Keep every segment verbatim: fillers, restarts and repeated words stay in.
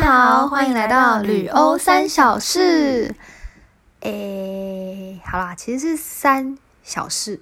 好，欢迎来到旅欧三小事。诶，好啦，其实是三小事。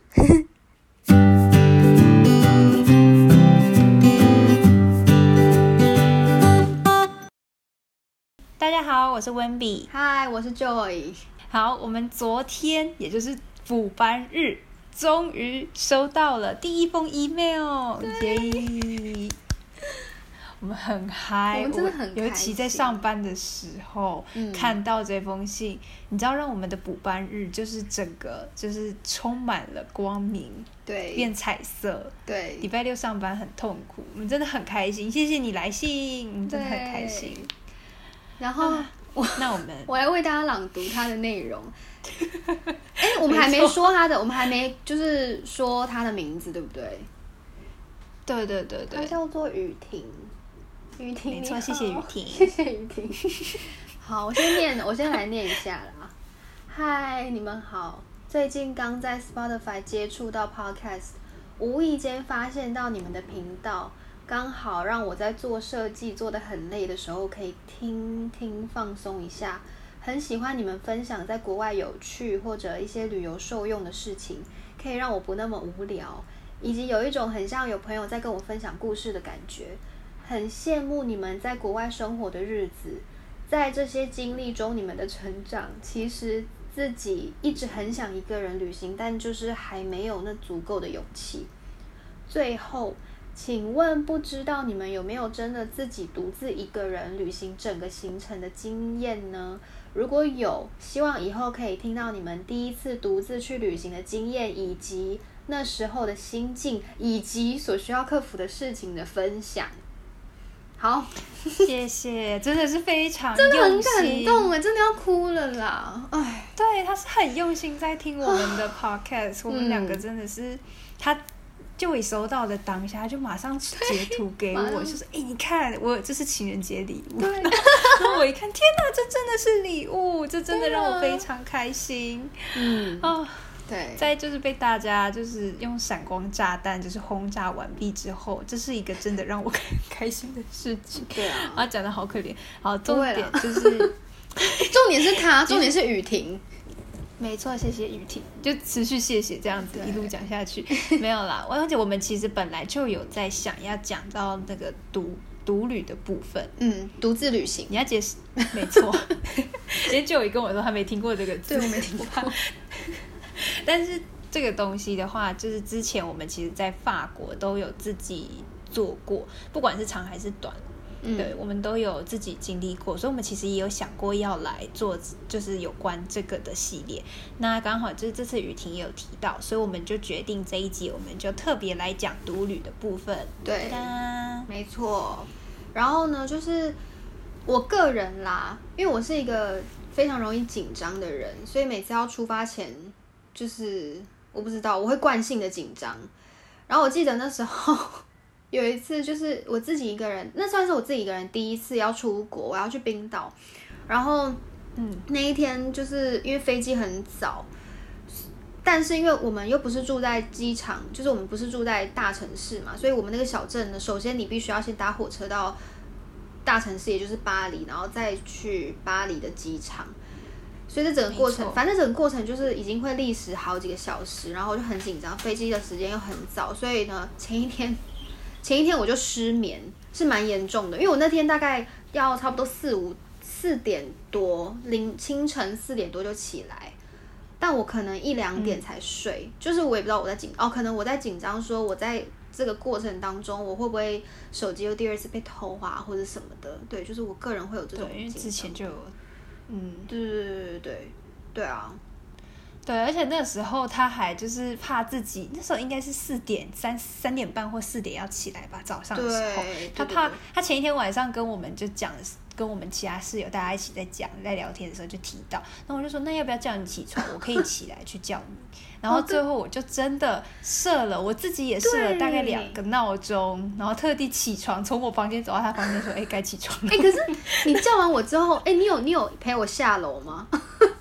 大家好，我是温比。 嗨，我是 Joy。 好，我们昨天也就是补班日，终于收到了第一封 email， 耶！我们很嗨， 我们真的很开心。 尤其在上班的时候、嗯、看到这封信，你知道，让我们的补班日就是整个就是充满了光明， 对， 变彩色。 对， 礼拜六上班很痛苦，我们真的很开心，谢谢你来信，我们真的很开心。 然后、啊、我那我们我来为大家朗读它的内容。哎，我们还没说他的，我们还没就是说他的名字，对不对？ 对对对对， 他叫做雨婷。雨婷， 没错，谢谢雨婷， 谢谢雨婷。好，我先念，我先来念一下啦。嗨，你们好，最近刚在 Spotify 接触到 Podcast， 无意间发现到你们的频道，刚好让我在做设计做得很累的时候可以听听放松一下。很喜欢你们分享在国外有趣或者一些旅游受用的事情，可以让我不那么无聊，以及有一种很像有朋友在跟我分享故事的感觉。很羡慕你们在国外生活的日子，在这些经历中你们的成长，其实自己一直很想一个人旅行，但就是还没有那足够的勇气。最后请问不知道你们有没有真的自己独自一个人旅行整个行程的经验呢？如果有，希望以后可以听到你们第一次独自去旅行的经验，以及那时候的心境，以及所需要克服的事情的分享。好， 谢谢，真的是非常真的很感动哎，真的要哭了啦！哎， 对，他是很用心在听我们的 podcast， 我们两个真的是，他就一收到的当下就马上截图给我，就是哎、欸，你看我这是情人节礼物，然后我一看，天哪，这真的是礼物，这真的让我非常开心，嗯啊。哦对，在就是被大家就是用闪光炸弹就是轰炸完毕之后，这是一个真的让我很开心的事情。对啊，啊讲得好可怜。好，重点就是重点是他，重点是雨婷。 没错，谢谢雨婷，就持续谢谢这样子一路讲下去。没有啦，而且我们其实本来就有在想要讲到那个独独旅的部分， 嗯，独自旅行， 你要解释？没错，因为就有跟我说他没听过这个字， 对我没听过。 但是这个东西的话，就是之前我们其实在法国都有自己做过，不管是长还是短，嗯、对，我们都有自己经历过，所以我们其实也有想过要来做，就是有关这个的系列。那刚好就是这次雨婷也有提到，所以我们就决定这一集我们就特别来讲独旅的部分。 对，没错。然后呢，就是我个人啦，因为我是一个非常容易紧张的人，所以每次要出发前。就是我不知道，我会惯性的紧张。然后我记得那时候有一次，就是我自己一个人，那算是我自己一个人第一次要出国，我要去冰岛。然后，嗯，那一天就是因为飞机很早，但是因为我们又不是住在机场，就是我们不是住在大城市嘛，所以我们那个小镇呢，首先你必须要先搭火车到大城市，也就是巴黎，然后再去巴黎的机场。所以这整个过程，反正整个过程就是已经会历时好几个小时，然后我就很紧张，飞机的时间又很早，所以呢，前一天前一天我就失眠，是蛮严重的，因为我那天大概要差不多四五四点多，凌清晨四点多就起来，但我可能一两点才睡，嗯、就是我也不知道我在紧哦，可能我在紧张，说我在这个过程当中，我会不会手机又第二次被偷啊，或者什么的，对，就是我个人会有这种紧张， 因为之前就有。 嗯，对对对对对，对啊， 对，而且那时候他还就是怕自己，那时候应该是四点三三点半或四点要起来吧，早上的时候，他怕他前一天晚上跟我们就讲，跟我们其他室友大家一起在讲，在聊天的时候就提到，那我就说那要不要叫你起床，我可以起来去叫你，然后最后我就真的设了，我自己也设了大概两个闹钟，然后特地起床，从我房间走到他房间说，哎，该起床了。 哎，可是你叫完我之后，哎，你有你有陪我下楼吗？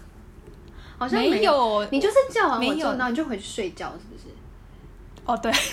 好像没有，你就是叫完我之后，然后你就回去睡觉，是不是？ 哦，对，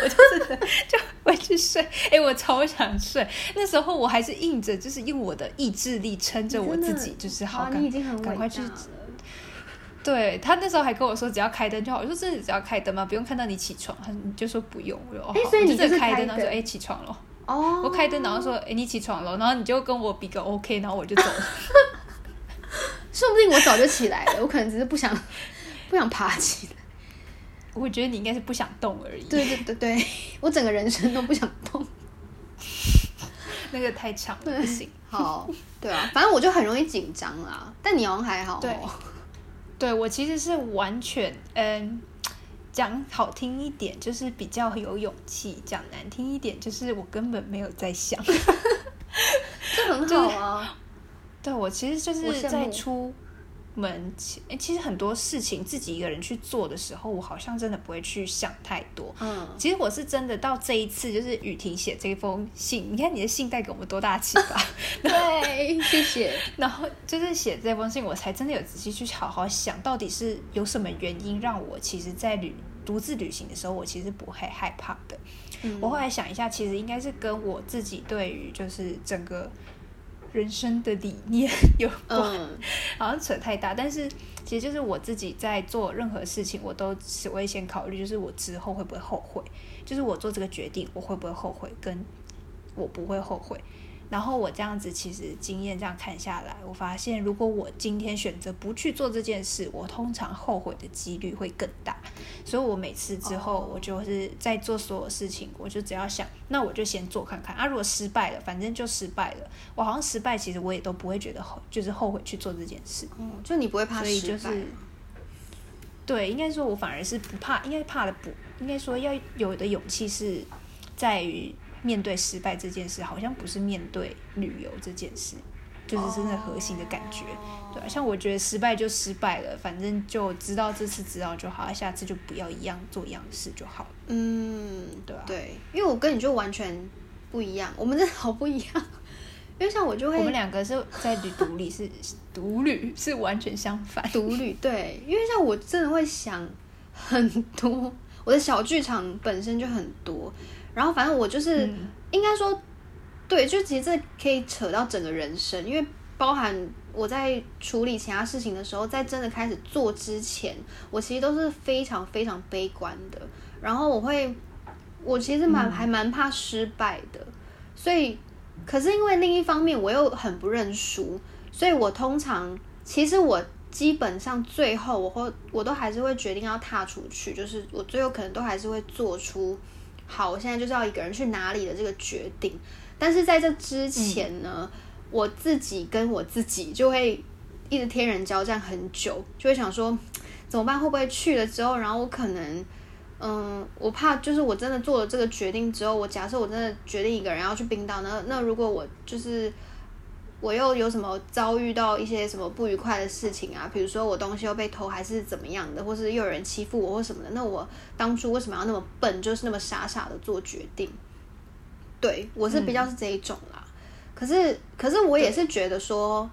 我就真的就回去睡。哎、欸，我超想睡，那时候我还是硬着，就是用我的意志力撑着我自己，就是好，赶、啊、赶快去。对，他那时候还跟我说只要开灯就好，我说真的只要开灯吗？不用看到你起床，你就说不用。我说哦，好， 所以你就是开灯，然后说哎、欸、起床了。 哦， 我开灯，然后说哎、欸、你起床了，然后你就跟我比个 OK， 然后我就走了。 说不定我早就起来了，我可能只是不想不想爬起来。 我觉得你应该是不想动而已。 对对对对，我整个人生都不想动。 那个太长了，不行。 好，对啊，反正我就很容易紧张啦，但你好像还好、哦。 对，对我其实是完全嗯。讲好听一点就是比较有勇气，讲难听一点就是我根本没有在想。 这很好啊。 就是、对，我其实就是在出门前，其实很多事情自己一个人去做的时候，我好像真的不会去想太多。嗯，其实我是真的到这一次，就是雨婷写这封信，你看你的信带给我们多大启发。 对，谢谢。 然后就是写这封信，我才真的有仔细去好好想，到底是有什么原因让我其实在旅独自旅行的时候，我其实不会害怕的。嗯、我后来想一下，其实应该是跟我自己对于就是整个人生的理念有关，嗯、好像扯太大，但是其实就是我自己在做任何事情，我都只会先考虑，就是我之后会不会后悔，就是我做这个决定我会不会后悔，跟我不会后悔。然后我这样子其实经验这样看下来，我发现如果我今天选择不去做这件事，我通常后悔的几率会更大。所以我每次之后我就是在做所有事情，我就只要想那我就先做看看啊，如果失败了反正就失败了，我好像失败其实我也都不会觉得后就是后悔去做这件事。 嗯，就你不会怕失败。 所以就是对，应该说我反而是不怕，应该怕的不应该说要有的勇气是在于面对失败这件事，好像不是面对旅游这件事，就是真的核心的感觉。对啊，像我觉得失败就失败了，反正就知道这次知道就好，下次就不要一样做一样的事就好了。 嗯， 对啊， 对，因为我跟你就完全不一样，我们真的好不一样。因为像我就会， 我们两个是在旅独旅是独旅是完全相反。 独旅对，因为像我真的会想很多，我的小剧场本身就很多。然后反正我就是、嗯、应该说对，就其实这可以扯到整个人生，因为包含我在处理其他事情的时候，在真的开始做之前，我其实都是非常非常悲观的。然后我会我其实蛮、嗯、还蛮怕失败的，所以可是因为另一方面我又很不认输，所以我通常其实我基本上最后我会我都还是会决定要踏出去，就是我最后可能都还是会做出好，我现在就是要一个人去哪里的这个决定。但是在这之前呢、嗯、我自己跟我自己就会一直天人交战很久，就会想说怎么办，会不会去了之后，然后我可能嗯，我怕就是我真的做了这个决定之后，我假设我真的决定一个人要去冰岛，那那如果我就是我又有什么遭遇到一些什么不愉快的事情啊，比如说我东西又被偷还是怎么样的，或是又有人欺负我或什么的，那我当初为什么要那么笨，就是那么傻傻的做决定？对，我是比较是这一种啦、嗯、可是可是我也是觉得说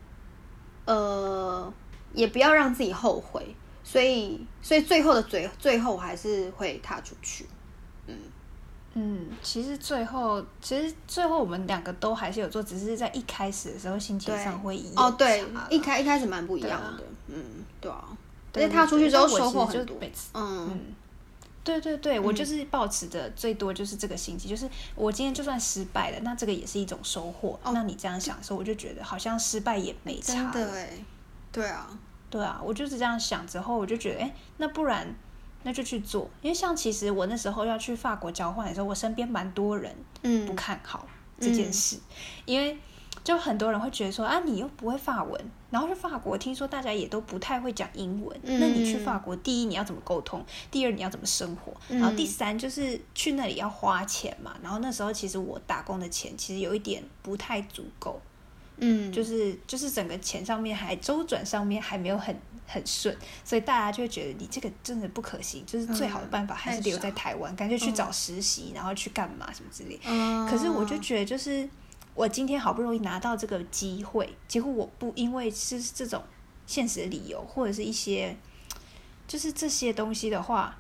呃也不要让自己后悔，所以所以最后的最最后我还是会踏出去。嗯嗯，其实最后其实最后我们两个都还是有做，只是在一开始的时候心情上会有哦，对，一开一开始蛮不一样的。嗯，对啊，而且踏出去之后收获很多。嗯嗯， 对对对，我就是抱持的最多就是这个心情、嗯、就是我今天就算失败了，那这个也是一种收获、哦、那你这样想的时候，我就觉得好像失败也没差了。 真的耶，对啊对啊，我就是这样想之后，我就觉得哎，那不然那就去做。因为像其实我那时候要去法国交换的时候，我身边蛮多人不看好这件事、嗯、因为就很多人会觉得说啊，你又不会法文，然后去法国听说大家也都不太会讲英文、嗯、那你去法国，第一你要怎么沟通，第二你要怎么生活、嗯、然后第三就是去那里要花钱嘛，然后那时候其实我打工的钱其实有一点不太足够，嗯，就是就是整个钱上面还周转上面还没有很很顺，所以大家就会觉得你这个真的不可行，就是最好的办法还是留在台湾、嗯、干脆去找实习、嗯、然后去干嘛什么之类、嗯、可是我就觉得就是我今天好不容易拿到这个机会，结果我不因为是这种现实的理由或者是一些就是这些东西的话，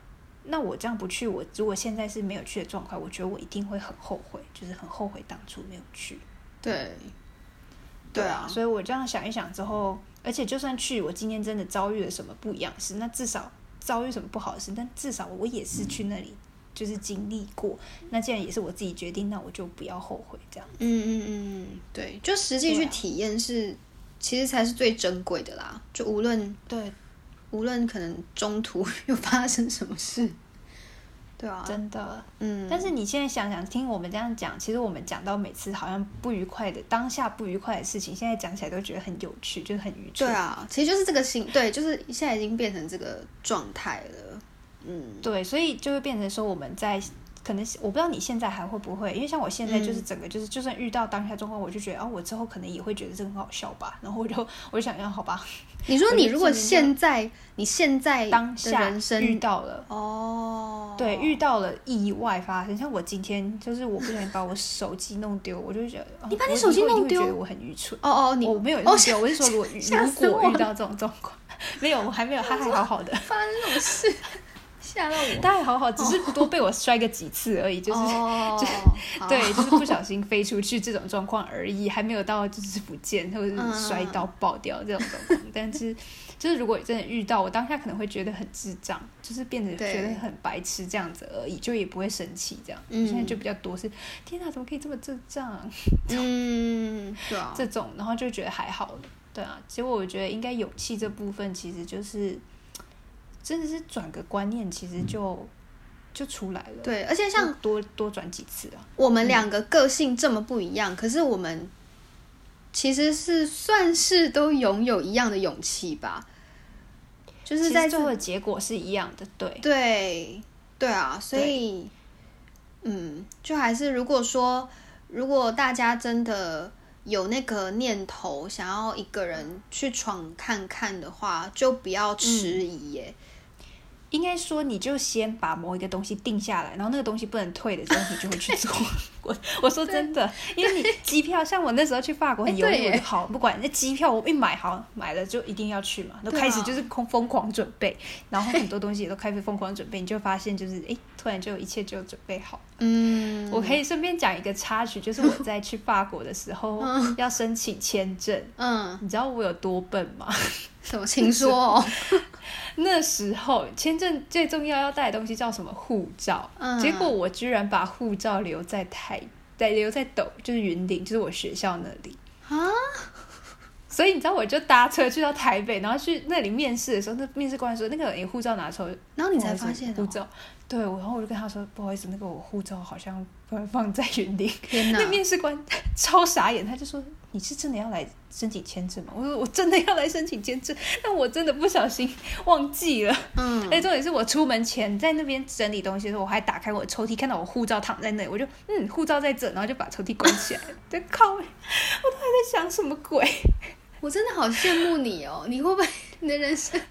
那我这样不去，我如果现在是没有去的状况，我觉得我一定会很后悔，就是很后悔当初没有去。 对， 对啊，所以我这样想一想之后，而且就算去，我今天真的遭遇了什么不一样的事，那至少遭遇什么不好的事，但至少我也是去那里。就是经历过，那既然也是我自己决定，那我就不要后悔这样。 嗯嗯嗯，对，就实际去体验是，啊、其实才是最珍贵的啦。就无论对， 无论可能中途又发生什么事，对啊， 真的， 嗯。 但是你现在想想，听我们这样讲，其实我们讲到每次好像不愉快的当下不愉快的事情，现在讲起来都觉得很有趣，就是很愚蠢。 对啊，其实就是这个心，对，就是现在已经变成这个状态了。嗯， 对，所以就会变成说我们在可能我不知道你现在还会不会，因为像我现在就是整个就是，就算遇到当下状况，我就觉得啊，我之后可能也会觉得这很好笑吧，然后我就我就想想，好吧。 你说你如果现在你现在当下人生遇到了哦， 对，遇到了意外发生，像我今天就是我不小心把我手机弄丢，我就觉得你把你手机弄丢， 我觉得我很愚蠢。 哦哦，你我没有弄丢，我是说如果如果遇到这种状况，没有，我还没有，他还好好的。 发生这种事。吓到我， 他还好好，只是多被我摔个几次而已，就是、 哦、 就对，就是不小心飞出去这种状况而已，还没有到就是不见或者是摔到爆掉这种状况。嗯、但是就是如果真的遇到，我当下可能会觉得很智障，就是变得觉得很白痴这样子而已，就也不会生气这样。嗯、现在就比较多是天哪，怎么可以这么智障？ 嗯，对啊， 这种然后就觉得还好了，对啊。结果我觉得应该勇气这部分其实就是。真的是转个观念，其实就就出来了。 对，而且像多多转几次啊。 我们两个个性这么不一样，嗯、可是我们其实是算是都拥有一样的勇气吧。就是在最后的结果是一样的，对。 对对啊，所以嗯，就还是如果说，如果大家真的有那个念头想要一个人去闯看看的话，就不要迟疑耶。嗯应该说，你就先把某一个东西定下来，然后那个东西不能退的时候，你就会去做。我我说真的，因为你机票，像我那时候去法国很犹豫，我就好不管那机票，我一买好买了就一定要去嘛，都开始就是疯疯狂准备，然后很多东西也都开始疯狂准备，你就发现就是哎，突然就一切就准备好。嗯，我可以顺便讲一个插曲，就是我在去法国的时候、嗯、要申请签证，嗯，你知道我有多笨吗？ 什么？请说哦。 那时候签证最重要要带的东西叫什么？护照。嗯、结果我居然把护照留在台，在留在斗，就是云林，就是我学校那里。啊！所以你知道，我就搭车去到台北，然后去那里面试的时候，那面试官说：“那个你护照拿出来。” 然后你才发现、哦、 护照。对，然后我就跟他说：“不好意思，那个我护照好像放在云林。” 天哪！ 那面试官超傻眼，他就说：“你是真的要来申请签证吗？”我说：“我真的要来申请签证，但我真的不小心忘记了。”嗯，而且重点是我出门前在那边整理东西的时候，我还打开我的抽屉，看到我护照躺在那里，我就嗯，护照在这，然后就把抽屉关起来。就靠，我都还在想什么鬼？ 我真的好羡慕你哦！你会不会你的人生？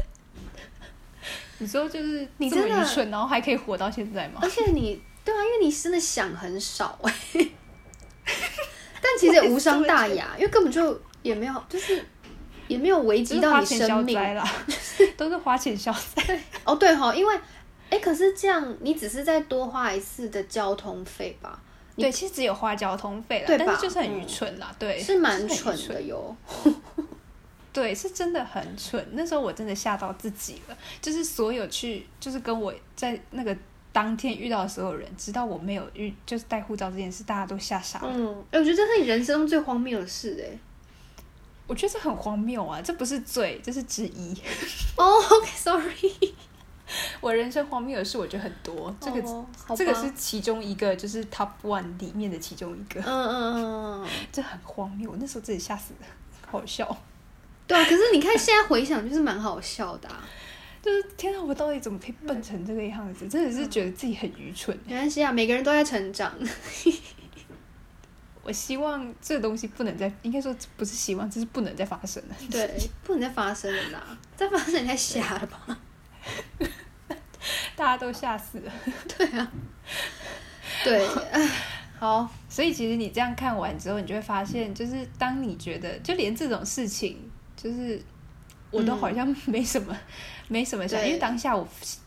你说就是你这么愚蠢，然后还可以活到现在吗？ 而且你对啊，因为你真的想很少哎，但其实也无伤大雅，因为根本就也没有，就是也没有危及到你生命啦，都是花钱消灾。 哦，对哈、哦，因为哎，可是这样你只是再多花一次的交通费吧？ 对，其实只有花交通费啦，但是就是很愚蠢啦，嗯、对， 是蛮蠢的哟。 对，是真的很蠢。那时候我真的吓到自己了，就是所有去，就是跟我在那个当天遇到的所有人，知道我没有遇，就是带护照这件事，大家都吓傻了。 嗯，我觉得这是你人生中最荒谬的事哎。 我觉得这很荒谬啊，这不是罪，这是之一。 哦、oh, ，OK，sorry。 我人生荒谬的事，我觉得很多，这个、oh, 这个是其中一个，就是 top one 里面的其中一个。嗯嗯嗯，这很荒谬，我那时候自己吓死了，好笑。 对啊，可是你看现在回想就是蛮好笑的、啊， 就是天啊，我到底怎么可以笨成这个样子？真的是觉得自己很愚蠢。 没关系啊，每个人都在成长。 我希望这个东西不能再，应该说不是希望，这是不能再发生了。 对，不能再发生了啦，再发生你太瞎了吧？ 大家都吓死了。 对啊，对，好， 所以其实你这样看完之后，你就会发现，就是当你觉得，就连这种事情。就是我都好像没什么、嗯、没什么想，因为当下我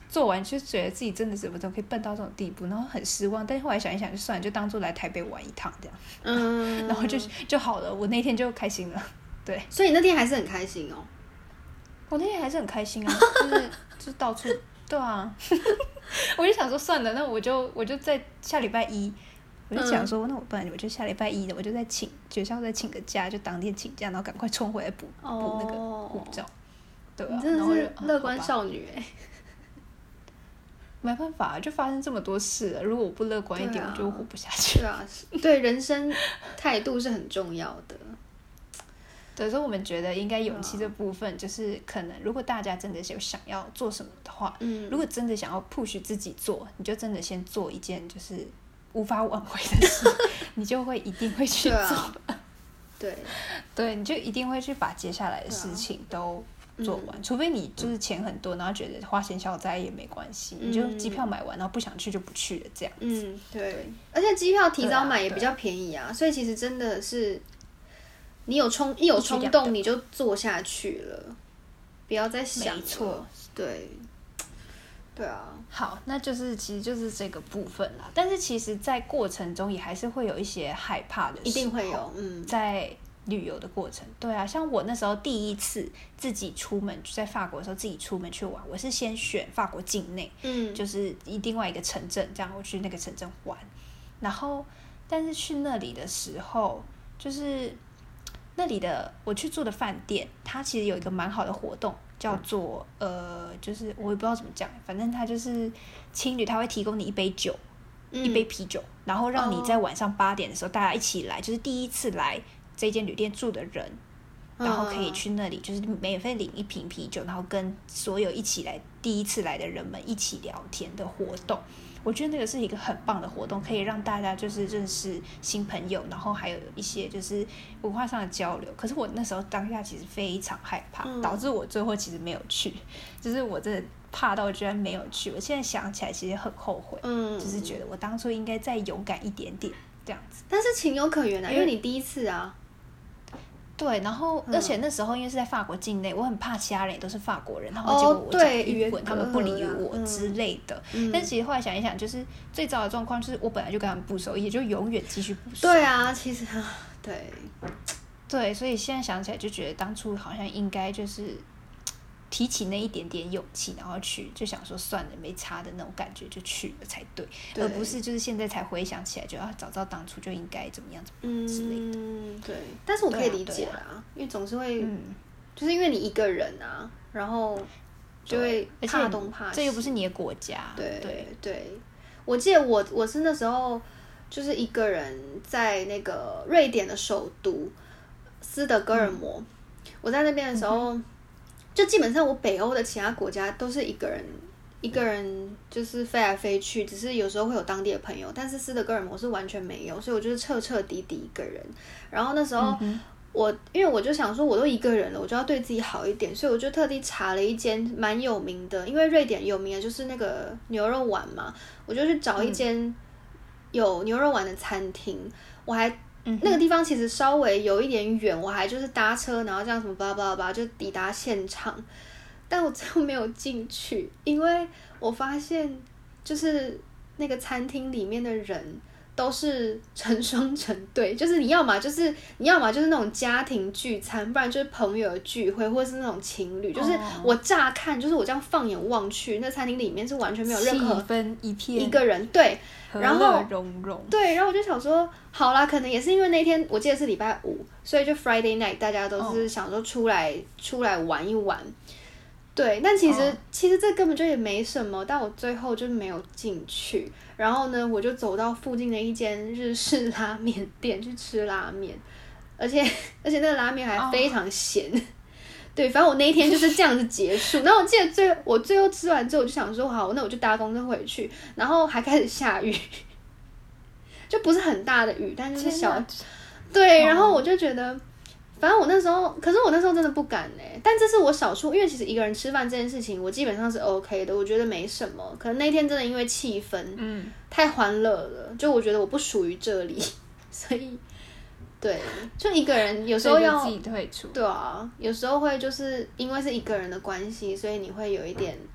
做完就觉得自己真的怎么都可以笨到这种地步，然后很失望。但是后来想一想，就算了，就当做来台北玩一趟这样，嗯，然后就就好了。我那天就开心了，对。 所以你那天还是很开心哦。 我那天还是很开心啊，就是就到处对啊，我就想说算了，那我就我就在下礼拜一。我就想说，嗯、那我不然我就下礼拜一的，我就再请学校再请个假，就当天请假，然后赶快冲回来补补、哦、那个护照。对啊， 你真的是乐观少女哎、欸。 没办法，就发生这么多事了。如果我不乐观一点，啊、我就活不下去。 对啊，对，人生态度是很重要的。 对，所以我们觉得应该勇气这部分，就是可能如果大家真的有想要做什么的话，嗯，如果真的想要 push 自己做，你就真的先做一件就是。无法挽回的事，你就会一定会去做。 对， 对，你就一定会去把接下来的事情都做完，嗯、除非你就是钱很多，然后觉得花钱消灾也没关系，嗯、你就机票买完，然后不想去就不去了这样子。 嗯，对。而且机票提早买也比较便宜啊，所以其实真的是，你有冲一有冲动你就做下去了，不要再想了。没错，对。对啊， 好，那就是其实就是这个部分啦。但是其实，在过程中也还是会有一些害怕的时候， 一定会有。嗯， 在旅游的过程，对啊，像我那时候第一次自己出门，在法国的时候自己出门去玩，我是先选法国境内，嗯，就是另外一个城镇，这样我去那个城镇玩。然后，但是去那里的时候，就是那里的我去住的饭店，它其实有一个蛮好的活动。叫做呃，就是我也不知道怎么讲，反正他就是青旅，他会提供你一杯酒，嗯、一杯啤酒，然后让你在晚上八点的时候，大家一起来，就是第一次来这间旅店住的人，然后可以去那里，就是免费领一瓶啤酒，然后跟所有一起来第一次来的人们一起聊天的活动。我觉得那个是一个很棒的活动，可以让大家就是认识新朋友，然后还有一些就是文化上的交流。可是我那时候当下其实非常害怕，嗯、导致我最后其实没有去，就是我真的怕到居然没有去。我现在想起来其实很后悔，嗯，就是觉得我当初应该再勇敢一点点这样子。 但是情有可原啊，因为你第一次啊。 对，然后、嗯、而且那时候因为是在法国境内，我很怕其他人也都是法国人，然后结果我讲英文，他们不理我之类的。嗯、但其实后来想一想，就是最糟的状况就是我本来就跟他们不熟，也就永远继续不熟。 对啊，其实对对，所以现在想起来就觉得当初好像应该就是提起那一点点勇气，然后去就想说算了，没差的那种感觉就去了才对，对而不是就是现在才回想起来，就要早知道当初就应该怎么样怎么样之类的。 嗯，对。但是我可以理解啦，啊啊、因为总是会，嗯、就是因为你一个人啊，然后就会怕东怕西， 这又不是你的国家。 对对对，我记得我我是那时候就是一个人在那个瑞典的首都斯德哥尔摩，嗯、我在那边的时候。嗯就基本上我北欧的其他国家都是一个人一个人就是飞来飞去，只是有时候会有当地的朋友，但是斯德哥尔摩是完全没有，所以我就是彻彻底底一个人。然后那时候我、嗯、因为我就想说我都一个人了，我就要对自己好一点，所以我就特地查了一间蛮有名的，因为瑞典有名的就是那个牛肉丸嘛，我就去找一间有牛肉丸的餐厅，我还那个地方其实稍微有一点远，我还就是搭车，然后这样什么巴拉巴拉巴拉就抵达现场，但我最后没有进去，因为我发现就是那个餐厅里面的人都是成双成对，就是你要嘛就是你要嘛就是那种家庭聚餐，不然就是朋友的聚会，或者是那种情侣，就是我乍看就是我这样放眼望去，那餐厅里面是完全没有任何气氛一片一个人，对，然后融融对，然后我就想说，好啦，可能也是因为那天我记得是礼拜五，所以就 Friday night 大家都是想说出来、oh. 出来玩一玩，对，但其实、oh. 其实这根本就也没什么，但我最后就没有进去，然后呢，我就走到附近的一间日式拉面店去吃拉面，而且而且那个拉面还非常咸。Oh. 对，反正我那一天就是这样子结束。然后我记得最我最后吃完之后，我就想说，好，那我就搭公车回去。然后还开始下雨，就不是很大的雨，但就是小。对，然后我就觉得，反正我那时候，可是我那时候真的不敢哎、欸。但这是我少数，因为其实一个人吃饭这件事情，我基本上是 OK 的，我觉得没什么。可能那天真的因为气氛，嗯，太欢乐了，就我觉得我不属于这里，所以。对，就一个人有时候要自己退出。 对啊，有时候会就是因为是一个人的关系，所以你会有一点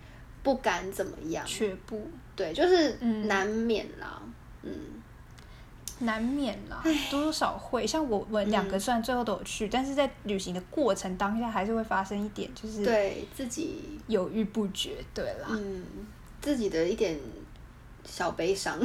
不敢怎么样， 却步， 对，就是难免啦，嗯。嗯难免啦，多多少会。像我们两个虽然最后都有去，嗯、但是在旅行的过程当下，还是会发生一点，就是对自己犹豫不决，对啦， 嗯，自己的一点小悲伤。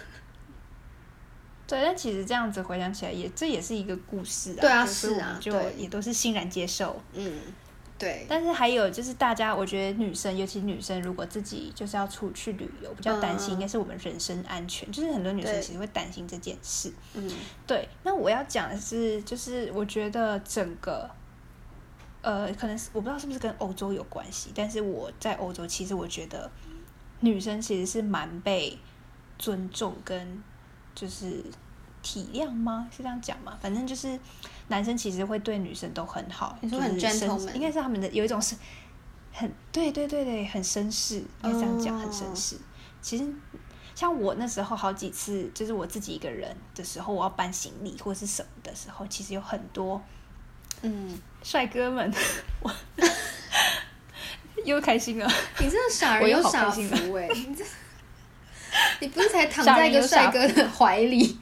对，但其实这样子回想起来也，也这也是一个故事啊。 对啊，是啊， 就也都是欣然接受。 嗯。对， 但是还有就是大家，我觉得女生，尤其女生，如果自己就是要出去旅游，比较担心应该是我们人身安全，嗯、就是很多女生其实会担心这件事。嗯，对。那我要讲的是，就是我觉得整个，呃，可能是我不知道是不是跟欧洲有关系，但是我在欧洲，其实我觉得女生其实是蛮被尊重跟就是体谅吗？是这样讲吗？反正就是男生其实会对女生都很好， 你说很 gentleman， 应该是他们的有一种是很对对对对很绅士，应该这样讲，很绅士。其实像我那时候好几次，就是我自己一个人的时候，我要搬行李或是什么的时候，其实有很多嗯帅哥们，我又开心了。 你真的傻人有傻福哎！你这你不是才躺在一个帅哥的怀里？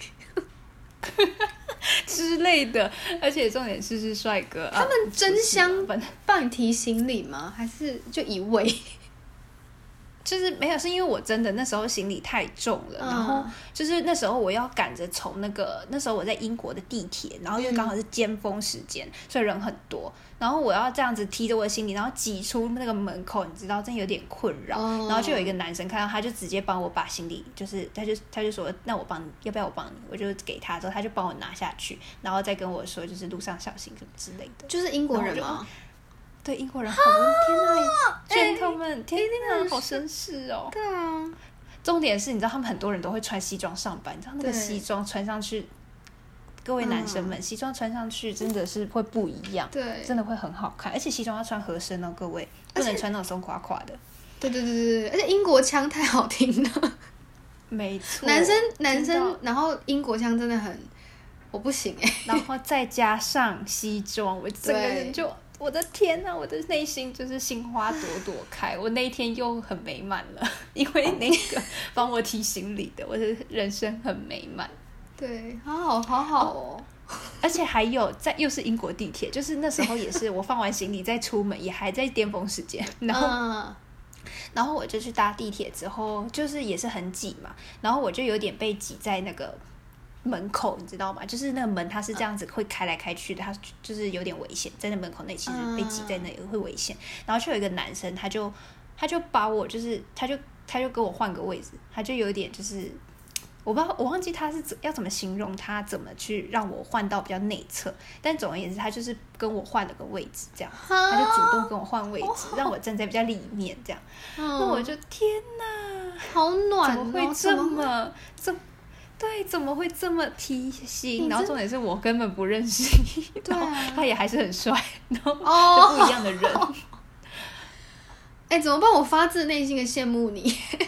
之类的，而且重点是是帅哥。 他们争相帮你提行李吗？还是就一位？ 就是没有，是因为我真的那时候行李太重了，嗯、然后就是那时候我要赶着从那个那时候我在英国的地铁，然后因为刚好是尖峰时间，嗯、所以人很多，然后我要这样子提着我的行李，然后挤出那个门口，你知道，真有点困扰。哦、然后就有一个男生看到，他就直接帮我把行李，就是他就他就说，那我帮你，要不要我帮你？我就给他之后，他就帮我拿下去，然后再跟我说，就是路上小心什么之类的。 就是英国人吗？ 对，英国人好天哪 ，gentleman， 天哪，好绅士哦。 对啊， 重点是，你知道他们很多人都会穿西装上班，你知道那个西装穿上去，各位男生们，嗯、西装穿上去真的是会不一样， 对， 真的会很好看，而且西装要穿合身哦，各位不能穿那种松垮垮的。 对对对对对，而且英国腔太好听了， 没错， 男生男生，然后英国腔真的很，我不行哎、欸， 然后再加上西装，我整个人就。我的天哪，我的内心就是心花朵朵开。我那一天又很美满了，因为那个帮我提行李的，我的人生很美满。 对，好好好好哦。 而且还有在又是英国地铁，就是那时候也是我放完行李再出门，也还在巅峰时间，然后。嗯然后我就去搭地铁之后，就是也是很挤嘛，然后我就有点被挤在那个。门口你知道吗？就是那个门它是这样子会开来开去的，它就是有点危险，在那门口内其实被挤在那里会危险。然后就有一个男生，他就他就把我就是他就他就跟我换个位置，他就有点就是我不知道我忘记他是要怎么形容他怎么去让我换到比较内侧，但总而言之他就是跟我换了个位置，这样他就主动跟我换位置，让我站在比较里面这样。那我就天哪， 好暖、哦， 怎么会这么这？对，怎么会这么贴心？然后重点是我根本不认识你，然后他也还是很帅，然后就不一样的人。 哎、欸，怎么办？我发自内心的羡慕你。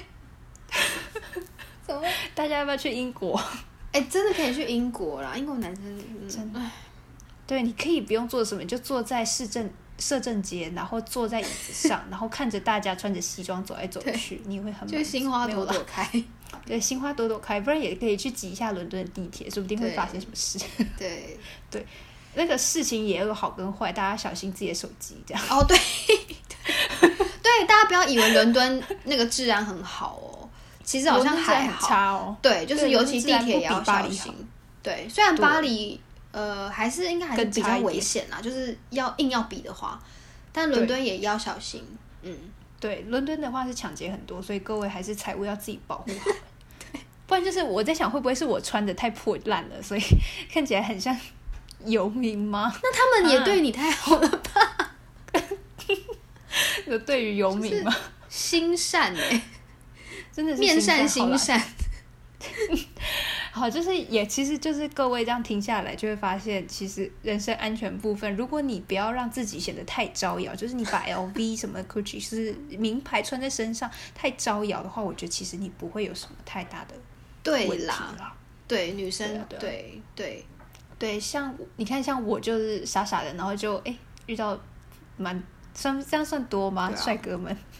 怎么？ 大家要不要去英国？ 哎、欸，真的可以去英国啦！英国男生、嗯、 真的，对，你可以不用做什么，你就坐在市政摄政街，然后坐在椅子上，然后看着大家穿着西装走来走去，你会很就心花朵朵开。 对，心花朵朵开，不然也可以去挤一下伦敦的地铁，说不定会发生什么事。 对对，那个事情也有好跟坏，大家小心自己的手机，这样。 哦，对对，对，大家不要以为伦敦那个治安很好哦，其实好像还好。 差哦。 对，就是尤其地铁也要小心。对，虽然巴黎呃还是应该还是比较危险啦，就是要硬要比的话，但伦敦也要小心。嗯。 对，伦敦的话是抢劫很多，所以各位还是财物要自己保护好。不然就是我在想，会不会是我穿的太破烂了，所以看起来很像游民吗？ 那他们也对你太好了吧？ 有对于游民吗？ 心善哎、欸， 真的是面善心善。 好，就是也其实就是各位这样听下来，就会发现，其实人身安全部分，如果你不要让自己显得太招摇，就是你把 L V 什么 Gucci 是名牌穿在身上太招摇的话，我觉得其实你不会有什么太大的问题啦。 啦对，女生对、啊、对对 对, 对，像你看，像我就是傻傻的，然后就哎遇到蛮算这样算多吗？帅、啊、哥们。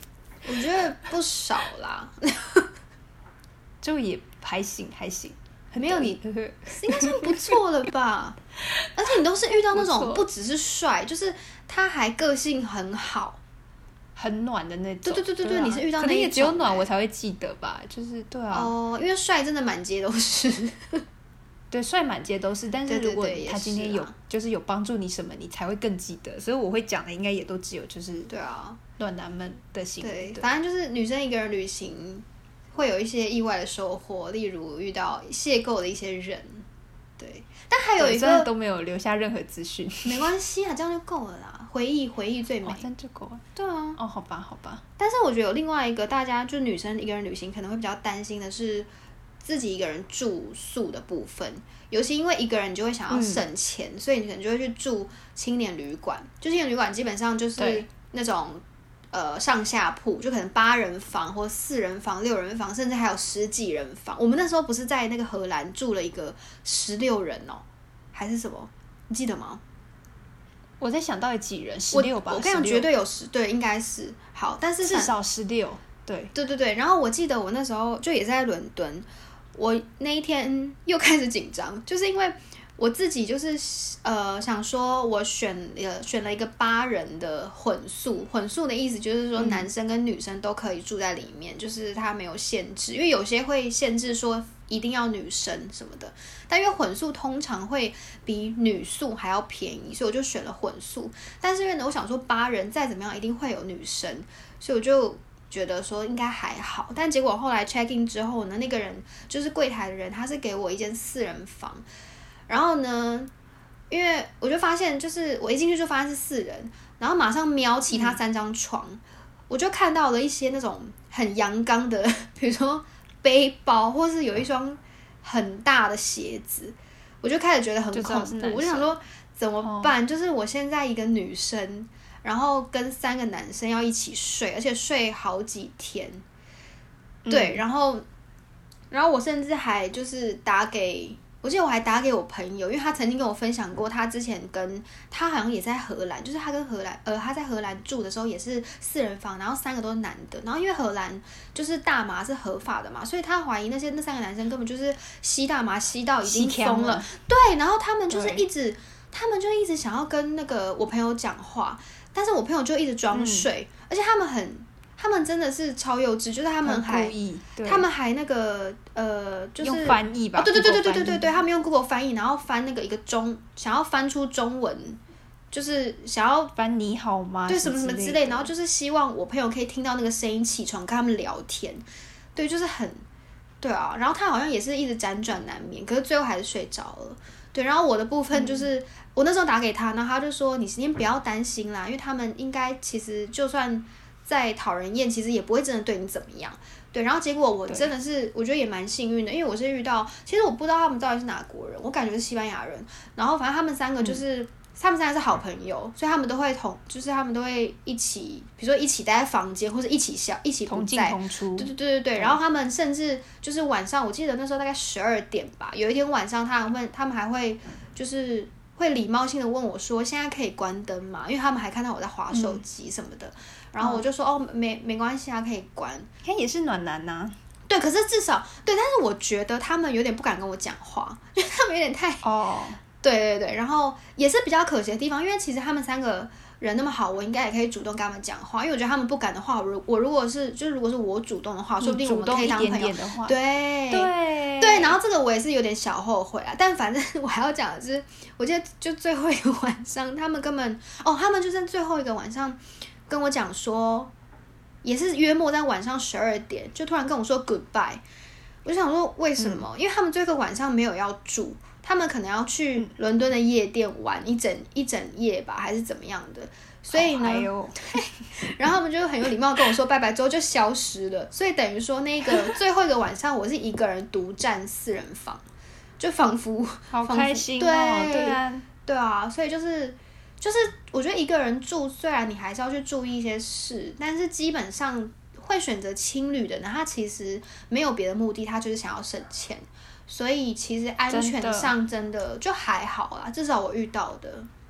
我觉得不少啦， 就也还行还行， 没有你应该算不错了吧？而且你都是遇到那种不只是帅，就是他还个性很好。 很暖的那种， 对对对对对，啊、你是遇到那一种， 可能也只有暖我才会记得吧，就是对啊。 哦，因为帅真的满街都是。 对，帅满街都是，但是如果他今天有对对对、啊、就是有帮助你什么，你才会更记得。所以我会讲的应该也都只有就是对啊， 暖男们的心。 对，反正就是女生一个人旅行会有一些意外的收获，例如遇到邂逅的一些人。对，但还有一个都没有留下任何资讯， 没关系啊，这样就够了啦。回忆回忆最美， 哦、这样就够了。 对啊， 哦，好吧，好吧。 但是我觉得有另外一个，大家就女生一个人旅行可能会比较担心的是自己一个人住宿的部分，尤其因为一个人你就会想要省钱，嗯、所以你可能就会去住青年旅馆。就青年旅馆基本上就是那种呃上下铺，就可能八人房或四人房、六人房，甚至还有十几人房。我们那时候不是在那个荷兰住了一个十六人哦，还是什么？你记得吗？ 我在想到底几人，十六吧。 我跟你讲，绝对有十，对，应该是好，但是至少十六，对， 对对对。然后我记得我那时候就也是在伦敦，我那一天又开始紧张，就是因为我自己就是呃想说，我选了选了一个八人的混宿，混宿的意思就是说男生跟女生都可以住在里面，嗯、就是它没有限制，因为有些会限制说一定要女生什么的，但因为混宿通常会比女宿还要便宜，所以我就选了混宿。但是因为呢，我想说八人再怎么样一定会有女生，所以我就觉得说应该还好。但结果后来 check in 之后呢，那个人就是柜台的人，他是给我一间四人房。然后呢，因为我就发现，就是我一进去就发现是四人，然后马上瞄其他三张床，嗯、我就看到了一些那种很阳刚的，比如说背包，或是有一双很大的鞋子，我就开始觉得很恐怖。我就想说怎么办？哦、就是我现在一个女生，然后跟三个男生要一起睡，而且睡好几天。对，嗯、然后，然后我甚至还就是打给。我记得我还打给我朋友，因为他曾经跟我分享过，他之前跟他好像也在荷兰，就是他跟荷兰，呃，他在荷兰住的时候也是四人房，然后三个都是男的，然后因为荷兰就是大麻是合法的嘛，所以他怀疑那些那三个男生根本就是吸大麻吸到已经疯了，对，然后他们就是一直，他们就一直想要跟那个我朋友讲话，但是我朋友就一直装睡，嗯、而且他们很。他们真的是超幼稚，就是他们还，他们还那个呃，就是用翻译吧， 哦，对对对对对对对对，他们用 Google 翻译，然后翻那个一个中，想要翻出中文，就是想要翻你好吗？ 对，什么什么之类，然后就是希望我朋友可以听到那个声音起床跟他们聊天，对，就是很，对啊，然后他好像也是一直辗转难眠，可是最后还是睡着了，对，然后我的部分就是、嗯、我那时候打给他，然后他就说你先不要担心啦，因为他们应该其实就算。再讨人厌，其实也不会真的对你怎么样，对。然后结果我真的是，我觉得也蛮幸运的，因为我是遇到，其实我不知道他们到底是哪国人，我感觉是西班牙人。然后反正他们三个就是，嗯、他们三个是好朋友，所以他们都会同，就是他们都会一起，比如说一起待在房间，或者一起笑，一起不在， 同进同出。 对对对对对。然后他们甚至就是晚上，我记得那时候大概十二点吧，有一天晚上，他们他们还会就是会礼貌性的问我说，现在可以关灯吗？因为他们还看到我在滑手机什么的。嗯然后我就说哦，没没关系啊，可以关。 他也是暖男呐、啊。 对，可是至少对，但是我觉得他们有点不敢跟我讲话，因为他们有点太哦。 对对对，然后也是比较可惜的地方，因为其实他们三个人那么好，我应该也可以主动跟他们讲话，因为我觉得他们不敢的话，我我如果是就是如果是我主动的话，说不定我们可以当朋友。 点点的话对对对，然后这个我也是有点小后悔啊，但反正我还要讲的是，我记得就最后一个晚上，他们根本哦，他们就在最后一个晚上。跟我讲说，也是约莫在晚上十二点，就突然跟我说 goodbye。我就想说为什么？嗯、因为他们这个晚上没有要住，他们可能要去伦敦的夜店玩一整一整夜吧，还是怎么样的。所以呢， 哦、 然后他们就很有礼貌跟我说拜拜之后就消失了。所以等于说那个最后一个晚上，我是一个人独占四人房，就仿佛好开心哦， 对对啊， 对啊，所以就是。就是我觉得一个人住，虽然你还是要去注意一些事，但是基本上会选择青旅的人，他其实没有别的目的，他就是想要省钱，所以其实安全上真的就还好啦，至少我遇到的。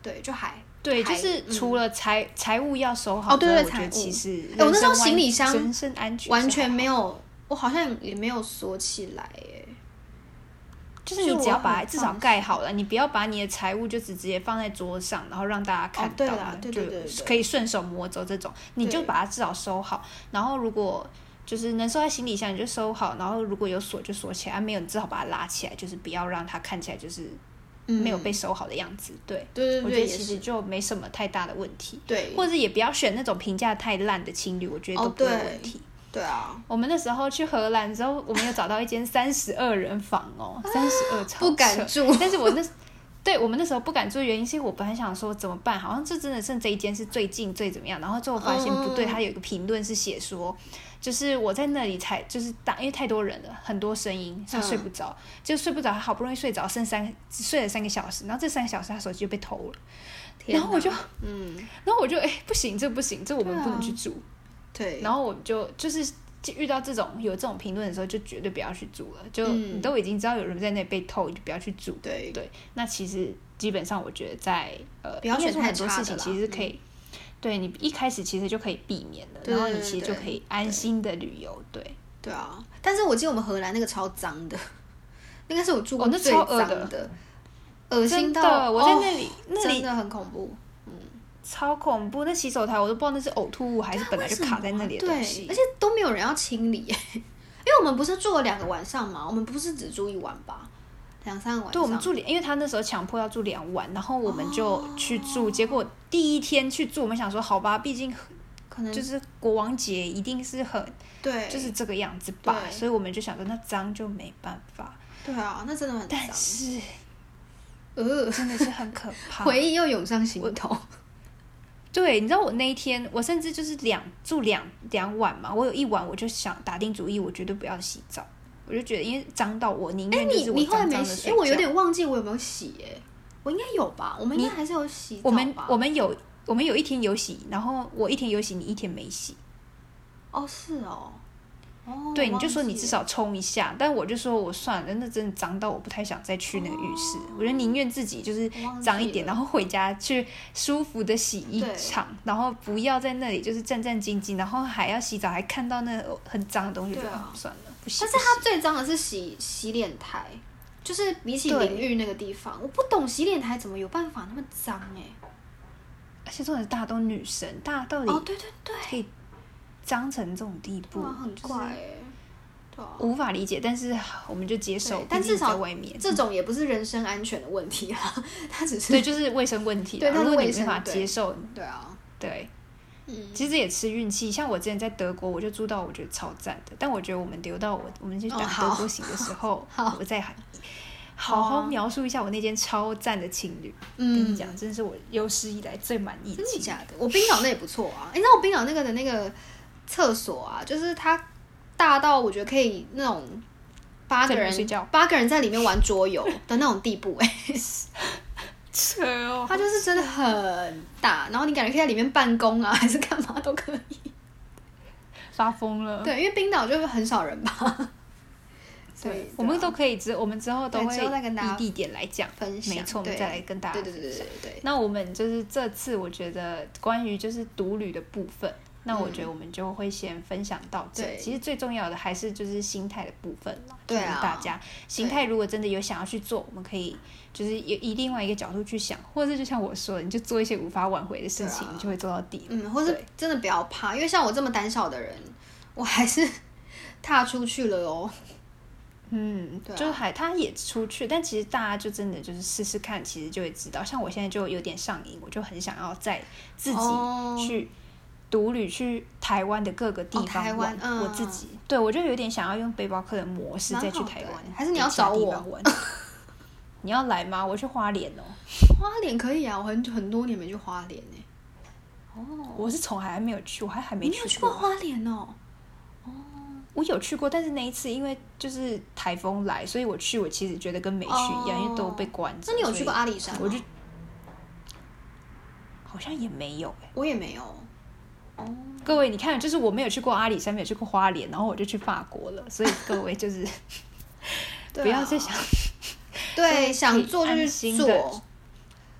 对，就还对，就是除了财财、嗯、务要收好， 哦对对， 我觉得其实哎、欸，我那时候行李箱人身安全完全没有，我好像也没有锁起来耶。 就是你只要把它至少盖好了，你不要把你的财物就只直接放在桌上，然后让大家看到， 哦、对啦对对对对， 就可以顺手摸走这种，你就把它至少收好。然后如果就是能收在行李箱，你就收好。然后如果有锁就锁起来，啊、没有你至少把它拉起来，就是不要让它看起来就是没有被收好的样子。嗯、对， 对对对， 我觉得其实就没什么太大的问题。 对， 或者也不要选那种评价太烂的青旅，我觉得都不会有问题。 哦对啊， 我们那时候去荷兰之后，我们有找到一间三十二人房哦，三十二超不敢住。 但是我那，对我们那时候不敢住的原因，是因为我本来想说怎么办，好像就真的剩这一间是最近最怎么样，然后最后发现不对，他有一个评论是写说，就是我在那里才就是大，因为太多人了，很多声音，他睡不着，嗯、就睡不着，他好不容易睡着，剩三睡了三个小时，然后这三个小时他手机就被偷了，然后我就嗯，然后我就哎、欸、不行，这不行，这我们不能去住。 对， 然后我就就是遇到这种有这种评论的时候，就绝对不要去住了。就你都已经知道有人在那被偷，你就不要去住。 对对，那其实基本上我觉得在呃， 不要选太很多事情其实可以，嗯、对你一开始其实就可以避免了，然后你其实就可以安心的旅游。对对啊，但是我记得我们荷兰那个超脏的，应该是我住过最脏的，恶心到我在那里，那里真的很恐怖。 超恐怖！那洗手台我都不知道那是呕吐物还是本来就卡在那里的东西， 对，而且都没有人要清理，因为我们不是住了两个晚上嘛，我们不是只住一晚吧，两三个晚上。 对，我们住，因为他那时候强迫要住两晚，然后我们就去住，哦、结果第一天去住，我们想说好吧，毕竟可能就是国王节一定是很对， 就是这个样子吧，所以我们就想说那脏就没办法。 对啊，那真的很脏， 但是呃， 真的是很可怕， 回忆又涌上心头。 对，你知道我那一天，我甚至就是两住两两晚嘛，我有一晚我就想打定主意，我绝对不要洗澡，我就觉得因为脏到我宁愿就是我脏脏的睡觉。 哎，我有点忘记我有没有洗哎、欸，我应该有吧？我们应该还是有洗澡吧？ 我们我们有我们有一天有洗，然后我一天有洗，你一天没洗。 哦，是哦。哦， 对，你就说你至少冲一下，但我就说我算了，那真的脏到我不太想再去那个浴室，哦、我觉得宁愿自己就是脏一点，然后回家去舒服的洗一场，然后不要在那里就是战战兢兢，然后还要洗澡，还看到那很脏的东西，就啊、 算了，不洗。 但是它最脏的是洗洗脸台，就是比起淋浴那个地方，我不懂洗脸台怎么有办法那么脏哎、欸， 而且重点是大家都女生，大家到底哦对对对可以脏成这种地步， 哇很怪哎、欸。 无法理解，但是我们就接受。 但至少在外面， 这种也不是人身安全的问题啦，它只是对，就是卫生问题。 对，它是卫生， 没法接受。 对啊， 对， 嗯， 其实也吃运气。像我之前在德国，我就住到我觉得超赞的，但我觉得我们留到我我们去讲德国行的时候， 哦、 我再好好描述一下我那间超赞的青旅。 嗯， 跟你讲，真是我有史以来最满意的。 真的假的？我冰岛那也不错啊。你知道我冰岛那个的那个厕所啊，就是它。大到我觉得可以那种八个人睡觉， 八个人在里面玩桌游的那种地步哎、欸， 扯哦！ 它就是真的很大，然后你感觉可以在里面办公啊，还是干嘛都可以。 发疯了。 对，因为冰岛就很少人吧。 对，我们都可以之，我们之后都会再跟大家依地点来讲分享， 没错，我们再来跟大家分享。 对对对对对。 那我们就是这次，我觉得关于就是独旅的部分。那我觉得我们就会先分享到这、嗯、其实最重要的还是就是心态的部分啦， 对啊， 就是大家心态如果真的有想要去做，我们可以就是以另外一个角度去想，或者是就像我说的，你就做一些无法挽回的事情、啊、你就会做到底。 嗯，或是真的不要怕，因为像我这么胆小的人，我还是踏出去了哦。 嗯，对、啊，就是还他也出去，但其实大家就真的就是试试看，其实就会知道。像我现在就有点上瘾，我就很想要再自己去、哦。独旅去台湾的各个地方玩，哦台湾嗯、我自己对我就有点想要用背包客的模式再去台湾， 还是你要找我玩？你要来吗？我去花莲哦， 花莲可以啊，我很很多年没去花莲呢、 欸。哦，我是从来没有去，我还还没去过。 你有去过花莲哦？ 哦，我有去过，但是那一次因为就是台风来，所以我去我其实觉得跟没去一样，哦、因为都被关着。 那你有去过阿里山吗？ 我就好像也没有哎、欸， 我也没有。 哦，各位，你看，就是我没有去过阿里山，没有去过花莲，然后我就去法国了，所以各位就是不要再想， 对，想做就去做，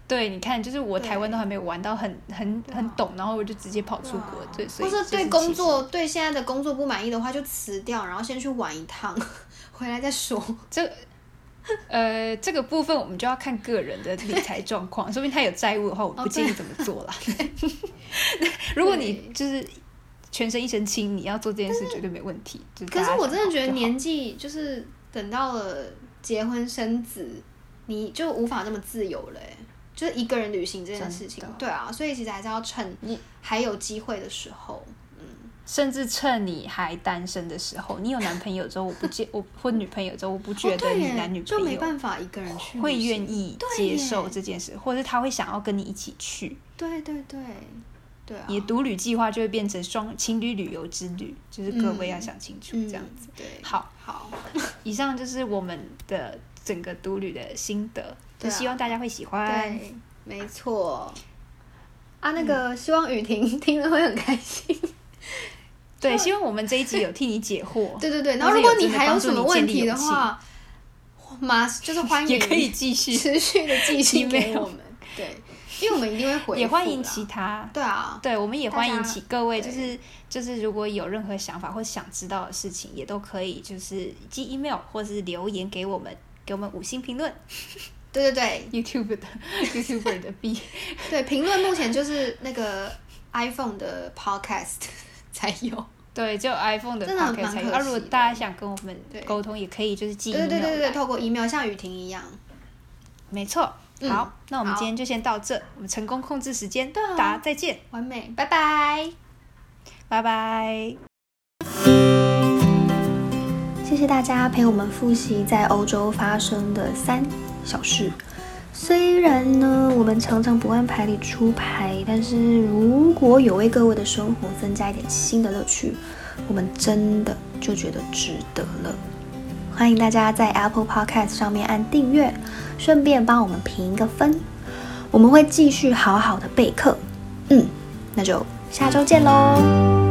对，你看，就是我台湾都还没有玩到很很很懂，然后我就直接跑出国，对， 对， 所以或是对工作对现在的工作不满意的话，就辞掉，然后先去玩一趟，回来再说。 这呃这个部分我们就要看个人的理财状况，说不定他有债务的话，我不建议这么做啦。哦、如果你就是全身一身轻，你要做这件事绝对没问题。就是、 可是我真的觉得年纪就是等到了结婚生子，你就无法那么自由了、欸，就是一个人旅行这件事情，对啊，所以其实还是要趁你还有机会的时候，嗯， 甚至趁你还单身的时候，你有男朋友之后，我不介我或女朋友之后，我不觉得你男女朋友就没办法一个人去会愿意接受这件事，或者是他会想要跟你一起去。 对对对。对啊， 你的独旅计划就会变成双情侣旅游之旅，就是各位要想清楚这样子。 嗯、对， 好， 好， 以上就是我们的整个独旅的心得，就希望大家会喜欢。 对，没错。啊，那个、嗯、希望雨婷听了会很开心。 对，希望我们这一集有替你解惑。 对对对，然后如果你还有什么问题的话，马就是欢迎也可以继续持续的寄信给我们。对。因为我们一定会回复， 也欢迎其他， 对啊， 对，我们也欢迎其各位，就是就是如果有任何想法或想知道的事情，也都可以就是寄 email 或是留言给我们，给我们五星评论。 对对对 ，YouTube 的 YouTuber 的 B， 对，评论目前就是那个 iPhone 的 Podcast 才有， 对，就 iPhone 的 Podcast 才有。啊，如果大家想跟我们沟通，也可以就是寄 email， 对对对对，透过 email 像雨婷一样， 没错。好、嗯，那我们今天就先到这，我们成功控制时间，大家再见， 完美，拜拜， 拜拜。 谢谢大家陪我们复习在欧洲发生的三小事。虽然呢，我们常常不按牌理出牌，但是如果有为各位的生活增加一点新的乐趣，我们真的就觉得值得了。欢迎大家在 Apple Podcast 上面按订阅，顺便帮我们评一个分，我们会继续好好的备课。嗯，那就下周见喽。